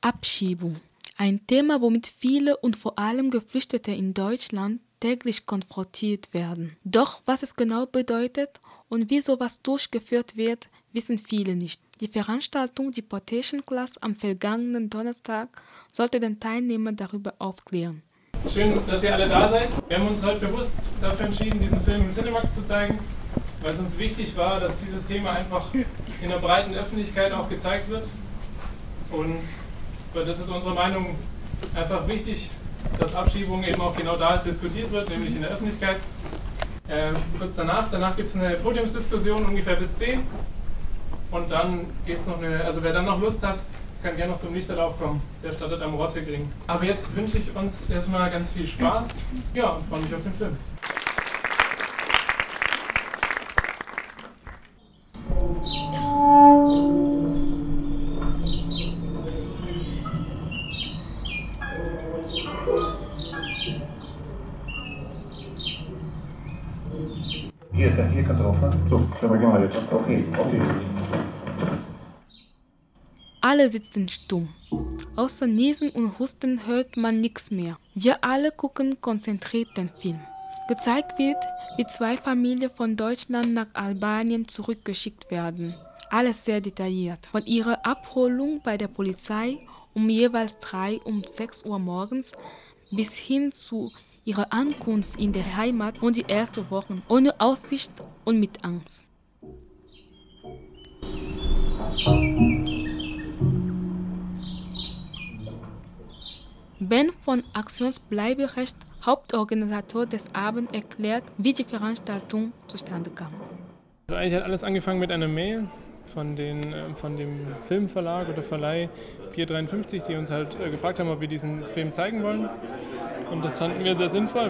Abschiebung. Ein Thema, womit viele und vor allem Geflüchtete in Deutschland täglich konfrontiert werden. Doch was es genau bedeutet und wie sowas durchgeführt wird, wissen viele nicht. Die Veranstaltung Deportation Class am vergangenen Donnerstag sollte den Teilnehmern darüber aufklären. Schön, dass ihr alle da seid. Wir haben uns heute bewusst dafür entschieden, diesen Film im Cinemax zu zeigen, weil es uns wichtig war, dass dieses Thema einfach in der breiten Öffentlichkeit auch gezeigt wird. Und das ist unsere Meinung einfach wichtig, dass Abschiebung eben auch genau da diskutiert wird, nämlich in der Öffentlichkeit. Kurz danach gibt es eine Podiumsdiskussion, ungefähr bis 10. Und dann geht es noch also wer dann noch Lust hat, kann gerne noch zum Lichterlauf kommen. Der startet am Rottegring. Aber jetzt wünsche ich uns erstmal ganz viel Spaß. Ja, und freue mich auf den Film. Hier kannst du aufhören. So, dann gehen wir jetzt. Okay. Alle sitzen stumm. Außer Niesen und Husten hört man nichts mehr. Wir alle gucken konzentriert den Film. Gezeigt wird, wie 2 Familien von Deutschland nach Albanien zurückgeschickt werden. Alles sehr detailliert. Von ihrer Abholung bei der Polizei um jeweils 3 und 6 Uhr morgens bis hin zu ihrer Ankunft in der Heimat und die ersten Wochen ohne Aussicht und mit Angst. Ben von Aktionsbleiberecht, Hauptorganisator des Abends, erklärt, wie die Veranstaltung zustande kam. Also eigentlich hat alles angefangen mit einer Mail von dem Filmverlag oder Verleih Pier 53, die uns halt gefragt haben, ob wir diesen Film zeigen wollen. Und das fanden wir sehr sinnvoll,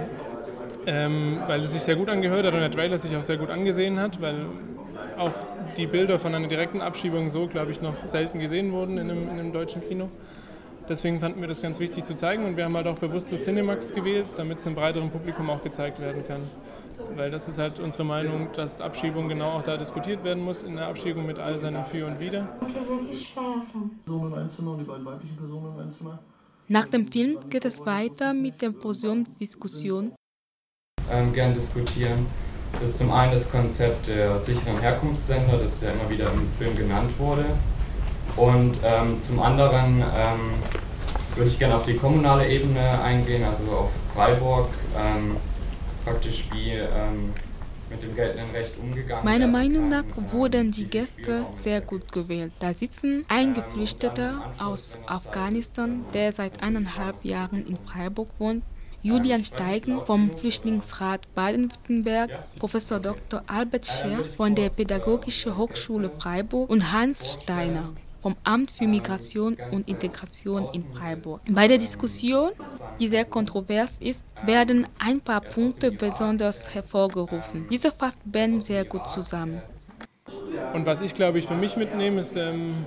weil es sich sehr gut angehört hat und der Trailer sich auch sehr gut angesehen hat, weil auch die Bilder von einer direkten Abschiebung so, glaube ich, noch selten gesehen wurden in einem deutschen Kino. Deswegen fanden wir das ganz wichtig zu zeigen und wir haben halt auch bewusst das Cinemax gewählt, damit es einem breiteren Publikum auch gezeigt werden kann. Weil das ist halt unsere Meinung, dass Abschiebung genau auch da diskutiert werden muss, in der Abschiebung mit all seinen Für und Wider. Personen im Einzimmer und die beiden weiblichen Personen im Einzimmer. Nach dem Film geht es weiter mit der Podiumsdiskussion. Gern diskutieren. Das ist zum einen das Konzept der sicheren Herkunftsländer, das ja immer wieder im Film genannt wurde. Und zum anderen würde ich gerne auf die kommunale Ebene eingehen, also auf Freiburg, praktisch wie mit dem geltenden Recht umgegangen. Meiner Meinung nach wurden die Gäste sehr gut gewählt. Da sitzen ein Geflüchteter aus Afghanistan, der seit 1,5 Jahren in Freiburg wohnt, Julian Steigen vom Flüchtlingsrat Baden-Württemberg, Professor Dr. Albert Scher von der Pädagogischen Hochschule Freiburg und Hans Steiner vom Amt für Migration und Integration in Freiburg. Bei der Diskussion, die sehr kontrovers ist, werden ein paar Punkte besonders hervorgerufen. Diese fasst Ben sehr gut zusammen. Und was ich, glaube ich, für mich mitnehme, ist,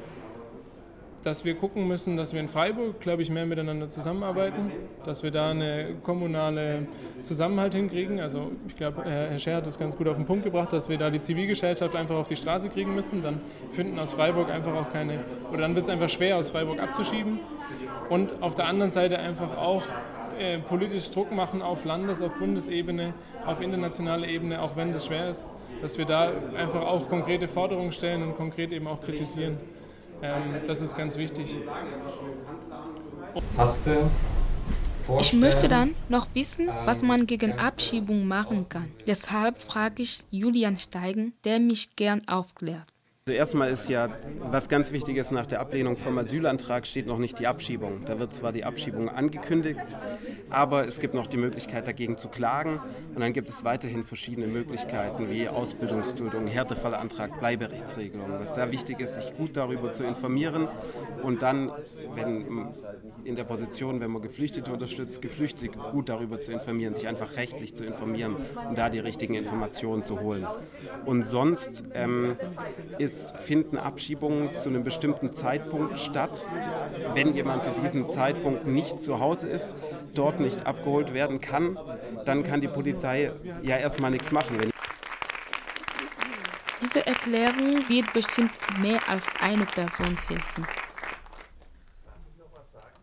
dass wir gucken müssen, dass wir in Freiburg, glaube ich, mehr miteinander zusammenarbeiten, dass wir da eine kommunale Zusammenhalt hinkriegen. Also ich glaube, Herr Scher hat das ganz gut auf den Punkt gebracht, dass wir da die Zivilgesellschaft einfach auf die Straße kriegen müssen. Dann finden aus Freiburg einfach auch dann wird es einfach schwer, aus Freiburg abzuschieben. Und auf der anderen Seite einfach auch politisch Druck machen auf auf Bundesebene, auf internationaler Ebene, auch wenn das schwer ist, dass wir da einfach auch konkrete Forderungen stellen und konkret eben auch kritisieren. Das ist ganz wichtig. Ich möchte dann noch wissen, was man gegen Abschiebung machen kann. Deshalb frage ich Julian Steigen, der mich gern aufklärt. Also erstmal ist ja, was ganz wichtig ist, nach der Ablehnung vom Asylantrag steht noch nicht die Abschiebung. Da wird zwar die Abschiebung angekündigt, aber es gibt noch die Möglichkeit dagegen zu klagen und dann gibt es weiterhin verschiedene Möglichkeiten wie Ausbildungsduldung, Härtefallantrag, Bleiberechtsregelung. Was da wichtig ist, sich gut darüber zu informieren und dann, wenn in der Position, wenn man Geflüchtete unterstützt, Geflüchtete gut darüber zu informieren, sich einfach rechtlich zu informieren und da die richtigen Informationen zu holen. Und sonst finden Abschiebungen zu einem bestimmten Zeitpunkt statt. Wenn jemand zu diesem Zeitpunkt nicht zu Hause ist, dort nicht abgeholt werden kann, dann kann die Polizei ja erstmal nichts machen. Diese Erklärung wird bestimmt mehr als eine Person helfen. sagen?